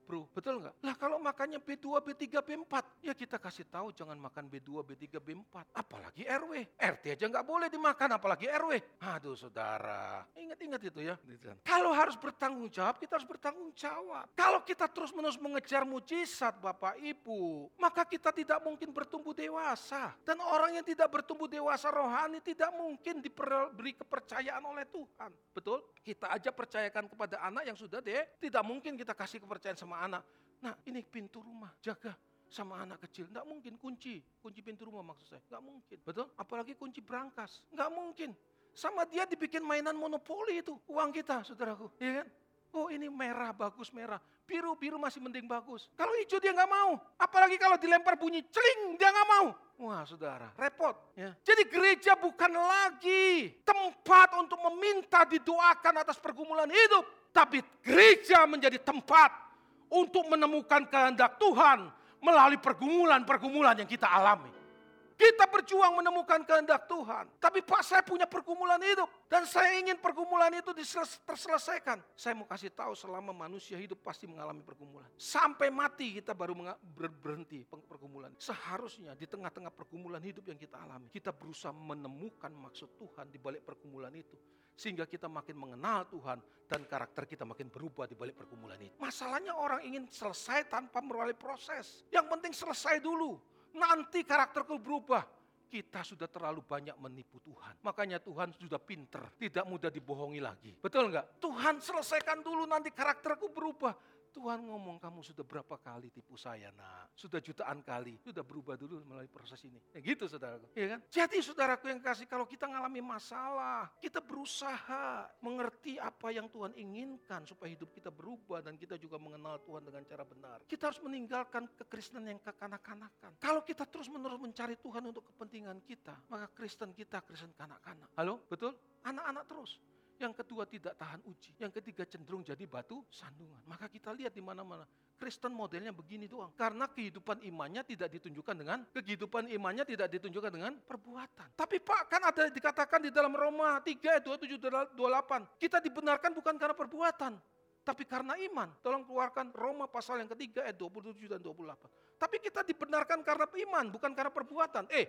bro. Betul nggak? Lah kalau makannya B dua, B tiga, B empat, ya kita kasih tahu jangan makan B dua, B tiga, B empat. Apalagi R W. R T aja nggak boleh dimakan, apalagi R W. Aduh saudara, ingat-ingat itu ya. Kalau harus bertanggung jawab, kita harus bertanggung jawab. Kalau kita terus-menerus mengejar mujizat Bapak Ibu, maka kita tidak mungkin bertumbuh dewasa. Dan orang yang tidak bertumbuh dewasa rohani tidak mungkin diberi kepercayaan oleh Tuhan. Betul? Kita aja percayakan kepada anak yang sudah deh, tidak mungkin kita kasih kepercayaan sama anak. Nah ini pintu rumah, jaga sama anak kecil. Nggak mungkin kunci, kunci pintu rumah maksud saya. Nggak mungkin, betul? Apalagi kunci brankas, nggak mungkin. Sama dia dibikin mainan monopoli itu, uang kita saudaraku, iya kan? Oh ini merah, bagus merah. Biru, biru masih mending bagus. Kalau hijau dia nggak mau. Apalagi kalau dilempar bunyi celing, dia nggak mau. Wah saudara, repot. Ya. Jadi gereja bukan lagi tempat untuk meminta didoakan atas pergumulan hidup. Tapi gereja menjadi tempat untuk menemukan kehendak Tuhan melalui pergumulan-pergumulan yang kita alami. Kita berjuang menemukan kehendak Tuhan. Tapi Pak saya punya pergumulan hidup. Dan saya ingin pergumulan itu terselesaikan. Saya mau kasih tahu selama manusia hidup pasti mengalami pergumulan. Sampai mati kita baru berhenti pergumulan. Seharusnya di tengah-tengah pergumulan hidup yang kita alami. Kita berusaha menemukan maksud Tuhan di balik pergumulan itu. Sehingga kita makin mengenal Tuhan dan karakter kita makin berubah di balik pergumulan itu. Masalahnya orang ingin selesai tanpa melalui proses. Yang penting selesai dulu. Nanti karakterku berubah. Kita sudah terlalu banyak menipu Tuhan. Makanya Tuhan sudah pinter. Tidak mudah dibohongi lagi. Betul enggak? Tuhan selesaikan dulu nanti karakterku berubah. Tuhan ngomong kamu sudah berapa kali tipu saya nak. Sudah jutaan kali. Sudah berubah dulu melalui proses ini. Ya gitu saudaraku. Ya kan? Jadi saudaraku yang kasih kalau kita ngalami masalah. Kita berusaha mengerti apa yang Tuhan inginkan. Supaya hidup kita berubah dan kita juga mengenal Tuhan dengan cara benar. Kita harus meninggalkan kekristenan yang kekanak-kanakan. Kalau kita terus menerus mencari Tuhan untuk kepentingan kita. Maka Kristen kita Kristen kanak-kanak. Halo? Betul? Anak-anak terus. Yang kedua tidak tahan uji. Yang ketiga cenderung jadi batu sandungan. Maka kita lihat di mana-mana. Kristen modelnya begini doang. Karena kehidupan imannya tidak ditunjukkan dengan, kehidupan imannya tidak ditunjukkan dengan perbuatan. Tapi Pak kan ada dikatakan di dalam Roma tiga ayat dua puluh tujuh dua puluh delapan. Kita dibenarkan bukan karena perbuatan. Tapi karena iman. Tolong keluarkan Roma pasal yang ketiga ayat dua puluh tujuh dan dua puluh delapan. Tapi kita dibenarkan karena iman bukan karena perbuatan. Eh,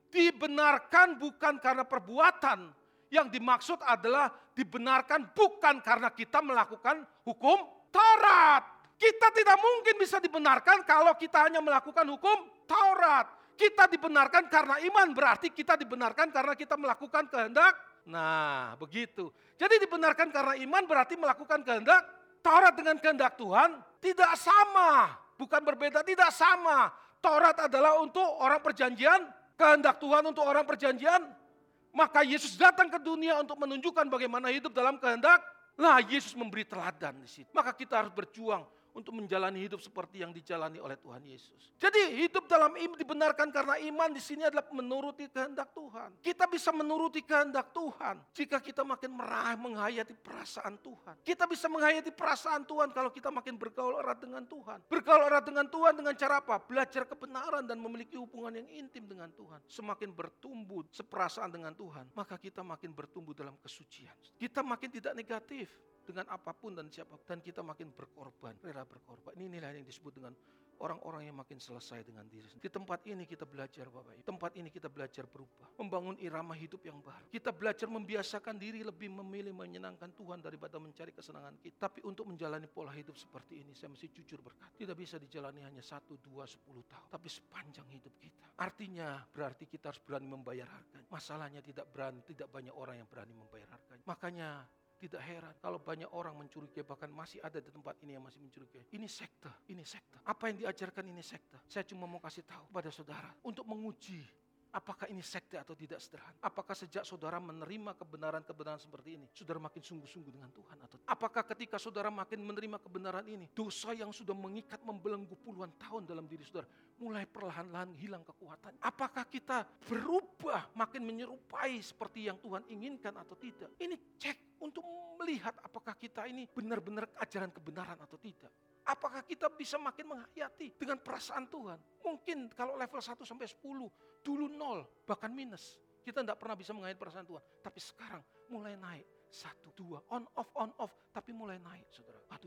dibenarkan bukan karena perbuatan. Yang dimaksud adalah dibenarkan bukan karena kita melakukan hukum Taurat. Kita tidak mungkin bisa dibenarkan kalau kita hanya melakukan hukum Taurat. Kita dibenarkan karena iman, berarti kita dibenarkan karena kita melakukan kehendak. Nah, begitu. Jadi dibenarkan karena iman berarti melakukan kehendak. Taurat dengan kehendak Tuhan tidak sama. Bukan berbeda, tidak sama. Taurat adalah untuk orang perjanjian, kehendak Tuhan untuk orang perjanjian. Maka Yesus datang ke dunia untuk menunjukkan bagaimana hidup dalam kehendak. Lah Yesus memberi teladan di situ. Maka kita harus berjuang untuk menjalani hidup seperti yang dijalani oleh Tuhan Yesus. Jadi hidup dalam iman dibenarkan karena iman di sini adalah menuruti kehendak Tuhan. Kita bisa menuruti kehendak Tuhan jika kita makin meraih menghayati perasaan Tuhan. Kita bisa menghayati perasaan Tuhan kalau kita makin bergaul erat dengan Tuhan. Bergaul erat dengan Tuhan dengan cara apa? Belajar kebenaran dan memiliki hubungan yang intim dengan Tuhan. Semakin bertumbuh seperasaan dengan Tuhan, maka kita makin bertumbuh dalam kesucian. Kita makin tidak negatif dengan apapun dan siapapun. Dan kita makin berkorban, rela berkorban. Ini nilai yang disebut dengan orang-orang yang makin selesai dengan diri. Di tempat ini kita belajar Bapak Ibu. Tempat ini kita belajar berubah. Membangun irama hidup yang baru. Kita belajar membiasakan diri lebih memilih menyenangkan Tuhan daripada mencari kesenangan kita. Tapi untuk menjalani pola hidup seperti ini, saya mesti jujur berkata, tidak bisa dijalani hanya satu, dua, sepuluh tahun. Tapi sepanjang hidup kita. Artinya berarti kita harus berani membayar harganya. Masalahnya tidak berani, tidak banyak orang yang berani membayar harganya. Makanya tidak heran kalau banyak orang mencurigai, bahkan masih ada di tempat ini yang masih mencurigai. Ini sekte, ini sekte. Apa yang diajarkan ini sekte? Saya cuma mau kasih tahu pada saudara untuk menguji apakah ini sekte atau tidak sederhana. Apakah sejak saudara menerima kebenaran-kebenaran seperti ini, saudara makin sungguh-sungguh dengan Tuhan? Atau apakah ketika saudara makin menerima kebenaran ini, dosa yang sudah mengikat membelenggu puluhan tahun dalam diri saudara, mulai perlahan-lahan hilang kekuatan? Apakah kita berubah makin menyerupai seperti yang Tuhan inginkan atau tidak? Ini cek untuk melihat apakah kita ini benar-benar ajaran kebenaran atau tidak. Apakah kita bisa makin menghayati dengan perasaan Tuhan? Mungkin kalau level satu sampai sepuluh, dulu nol, bahkan minus. Kita tidak pernah bisa menghayati perasaan Tuhan. Tapi sekarang mulai naik. satu, dua, on, off, on, off. Tapi mulai naik, saudara. Aduh,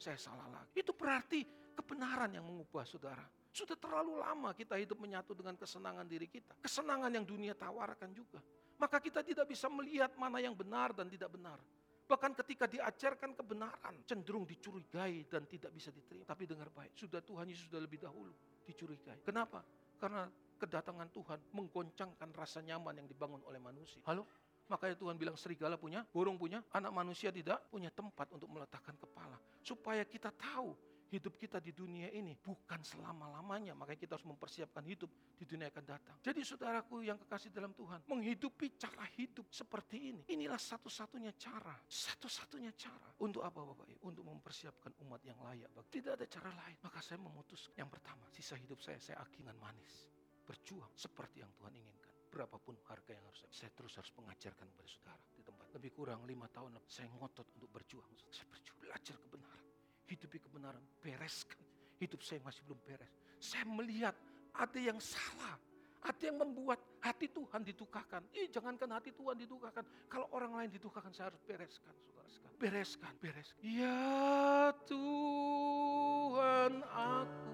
saya salah lagi. Itu berarti kebenaran yang mengubah saudara. Sudah terlalu lama kita hidup menyatu dengan kesenangan diri kita. Kesenangan yang dunia tawarkan juga. Maka kita tidak bisa melihat mana yang benar dan tidak benar. Bahkan ketika diajarkan kebenaran, cenderung dicurigai dan tidak bisa diterima. Tapi dengar baik, sudah Tuhan Yesus sudah lebih dahulu dicurigai. Kenapa? Karena kedatangan Tuhan menggoncangkan rasa nyaman yang dibangun oleh manusia. Halo? Makanya Tuhan bilang serigala punya, burung punya, anak manusia tidak punya tempat untuk meletakkan kepala. Supaya kita tahu hidup kita di dunia ini bukan selama-lamanya. Makanya kita harus mempersiapkan hidup di dunia yang akan datang. Jadi saudaraku yang kekasih dalam Tuhan, menghidupi cara hidup seperti ini. Inilah satu-satunya cara. Satu-satunya cara. Untuk apa Bapak Ibu? Untuk mempersiapkan umat yang layak. Tidak ada cara lain. Maka saya memutuskan. Yang pertama, sisa hidup saya, saya akhiri dengan manis. Berjuang seperti yang Tuhan inginkan. Berapapun harga yang harus saya, saya terus harus mengajarkan kepada saudara di tempat. Lebih kurang lima tahun saya ngotot untuk berjuang. Saya berjuang, belajar kebenaran. Hidupi kebenaran, bereskan. Hidup saya masih belum beres. Saya melihat ada yang salah. Ada yang membuat hati Tuhan didukakan. Eh, jangankan hati Tuhan didukakan. Kalau orang lain didukakan, saya harus bereskan. Saudara sekalian. Bereskan, bereskan. Ya Tuhan aku.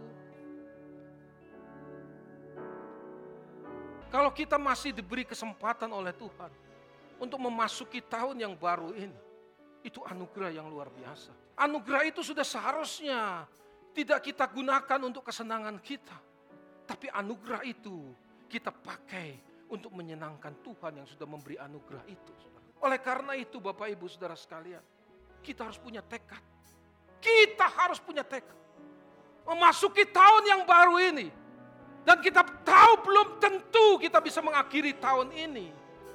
Kalau kita masih diberi kesempatan oleh Tuhan untuk memasuki tahun yang baru ini, itu anugerah yang luar biasa. Anugerah itu sudah seharusnya tidak kita gunakan untuk kesenangan kita. Tapi anugerah itu kita pakai untuk menyenangkan Tuhan yang sudah memberi anugerah itu. Oleh karena itu Bapak Ibu Saudara sekalian, kita harus punya tekad. Kita harus punya tekad. Memasuki tahun yang baru ini. Dan kita tahu belum tentu kita bisa mengakhiri tahun ini.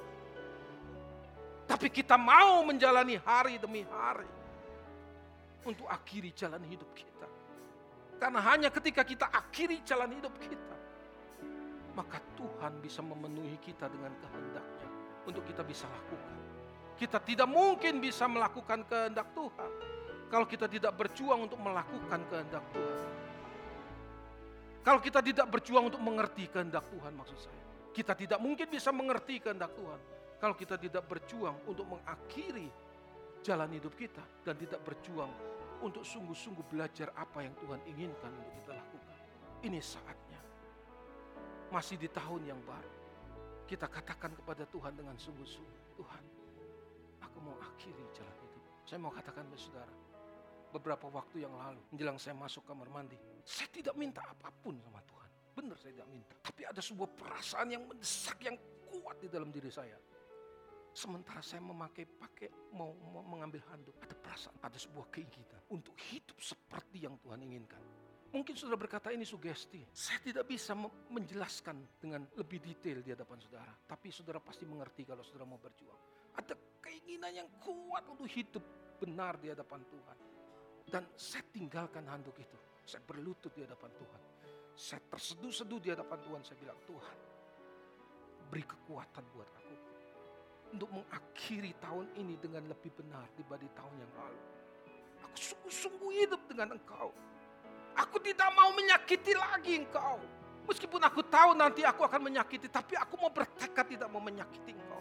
Tapi kita mau menjalani hari demi hari. Untuk akhiri jalan hidup kita. Karena hanya ketika kita akhiri jalan hidup kita. Maka Tuhan bisa memenuhi kita dengan kehendaknya. Untuk kita bisa lakukan. Kita tidak mungkin bisa melakukan kehendak Tuhan. Kalau kita tidak berjuang untuk melakukan kehendak Tuhan. Kalau kita tidak berjuang untuk mengerti kehendak Tuhan maksud saya. Kita tidak mungkin bisa mengerti kehendak Tuhan. Kalau kita tidak berjuang untuk mengakhiri jalan hidup kita. Dan tidak berjuang untuk sungguh-sungguh belajar apa yang Tuhan inginkan untuk kita lakukan. Ini saatnya. Masih di tahun yang baru. Kita katakan kepada Tuhan dengan sungguh-sungguh. Tuhan, aku mau akhiri jalan hidup. Saya mau katakan kepada saudara. Beberapa waktu yang lalu, menjelang saya masuk kamar mandi, saya tidak minta apapun sama Tuhan. Benar saya tidak minta. Tapi ada sebuah perasaan yang mendesak, yang kuat di dalam diri saya. Sementara saya memakai pakai mau, mau mengambil handuk, ada perasaan, ada sebuah keinginan untuk hidup seperti yang Tuhan inginkan. Mungkin saudara berkata ini sugesti. Saya tidak bisa menjelaskan dengan lebih detail di hadapan saudara. Tapi saudara pasti mengerti kalau saudara mau berjuang. Ada keinginan yang kuat untuk hidup benar di hadapan Tuhan. Dan saya tinggalkan handuk itu. Saya berlutut di hadapan Tuhan. Saya terseduh-seduh di hadapan Tuhan. Saya bilang, Tuhan, beri kekuatan buat aku. Untuk mengakhiri tahun ini dengan lebih benar dibanding tahun yang lalu. Aku sungguh-sungguh hidup dengan Engkau. Aku tidak mau menyakiti lagi Engkau. Meskipun aku tahu nanti aku akan menyakiti. Tapi aku mau bertekad tidak mau menyakiti Engkau.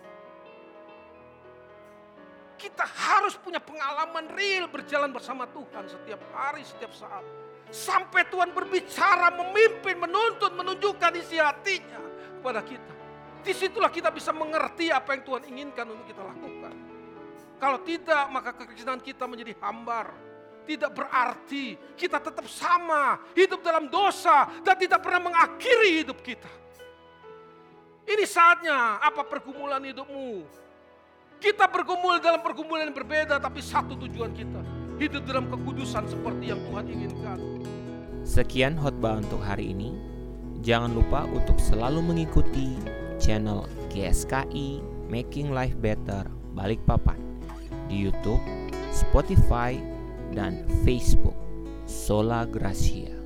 Kita harus punya pengalaman real berjalan bersama Tuhan setiap hari, setiap saat. Sampai Tuhan berbicara, memimpin, menuntun, menunjukkan isi hatinya kepada kita. Disitulah kita bisa mengerti apa yang Tuhan inginkan untuk kita lakukan. Kalau tidak, maka kekristenan kita menjadi hambar. Tidak berarti kita tetap sama, hidup dalam dosa dan tidak pernah mengakhiri hidup kita. Ini saatnya, apa pergumulan hidupmu? Kita bergumul dalam pergumulan yang berbeda, tapi satu tujuan kita. Hidup dalam kekudusan seperti yang Tuhan inginkan. Sekian khotbah untuk hari ini. Jangan lupa untuk selalu mengikuti channel G S K I Making Life Better Balikpapan di YouTube, Spotify, dan Facebook. Sola Gracia.